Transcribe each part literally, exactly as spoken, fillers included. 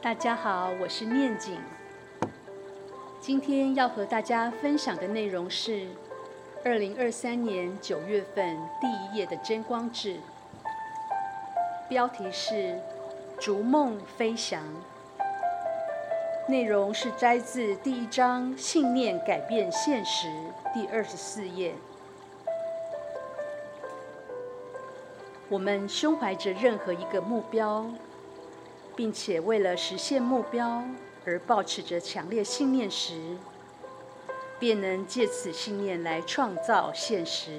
大家好，我是念景。今天要和大家分享的内容是二零二三年九月份第一页的真光誌，标题是“逐梦飞翔”。内容是摘自第一章《信念改变现实》第二十四页。我们胸怀着任何一个目标，并且为了实现目标而抱持着强烈信念时，便能借此信念来创造现实。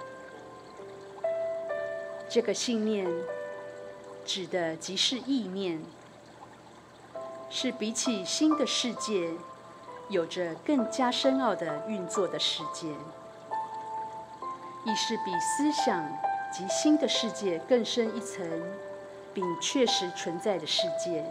这个信念指的即是意念，是比起新的世界有着更加深奥的运作的世界，亦是比思想及新的世界更深一层并确实存在的世界。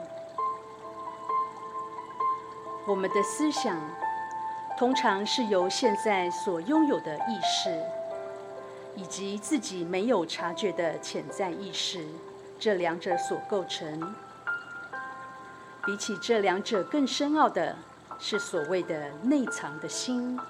我们的思想通常是由现在所拥有的意识，以及自己没有察觉的潜在意识这两者所构成。比起这两者更深奥的是所谓的内藏的心。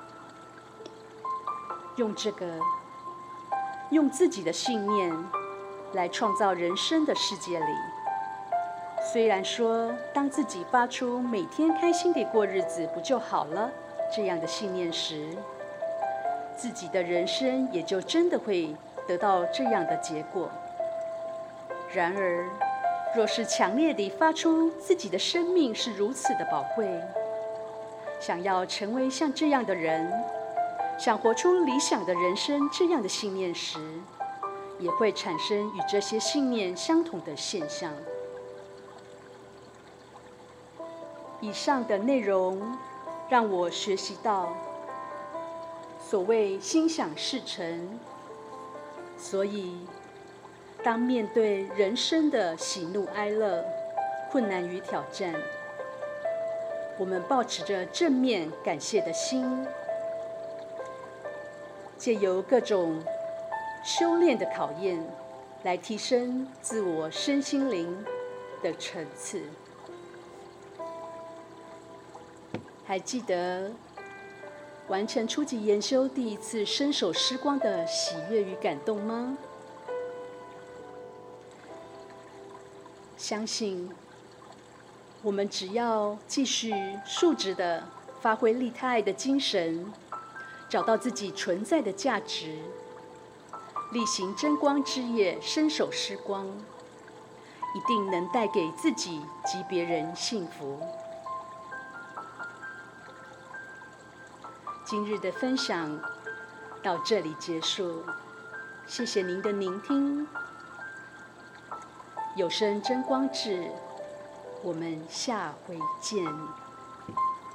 用这个用自己的信念来创造人生的世界里，虽然说当自己发出每天开心地过日子不就好了这样的信念时，自己的人生也就真的会得到这样的结果。然而若是强烈地发出自己的生命是如此的宝贵，想要成为像这样的人，想活出理想的人生这样的信念时，也会产生与这些信念相同的现象。以上的内容让我学习到，所谓心想事成，所以当面对人生的喜怒哀乐、困难与挑战，我们抱持着正面感谢的心，借由各种修炼的考验，来提升自我身心灵的层次。还记得完成初级研修第一次伸手施光的喜悦与感动吗？相信我们只要继续竖直的发挥利他爱的精神，找到自己存在的价值，力行真光之业，伸手施光，一定能带给自己及别人幸福。今日的分享到这里结束，谢谢您的聆听。有声真光誌，我们下回见。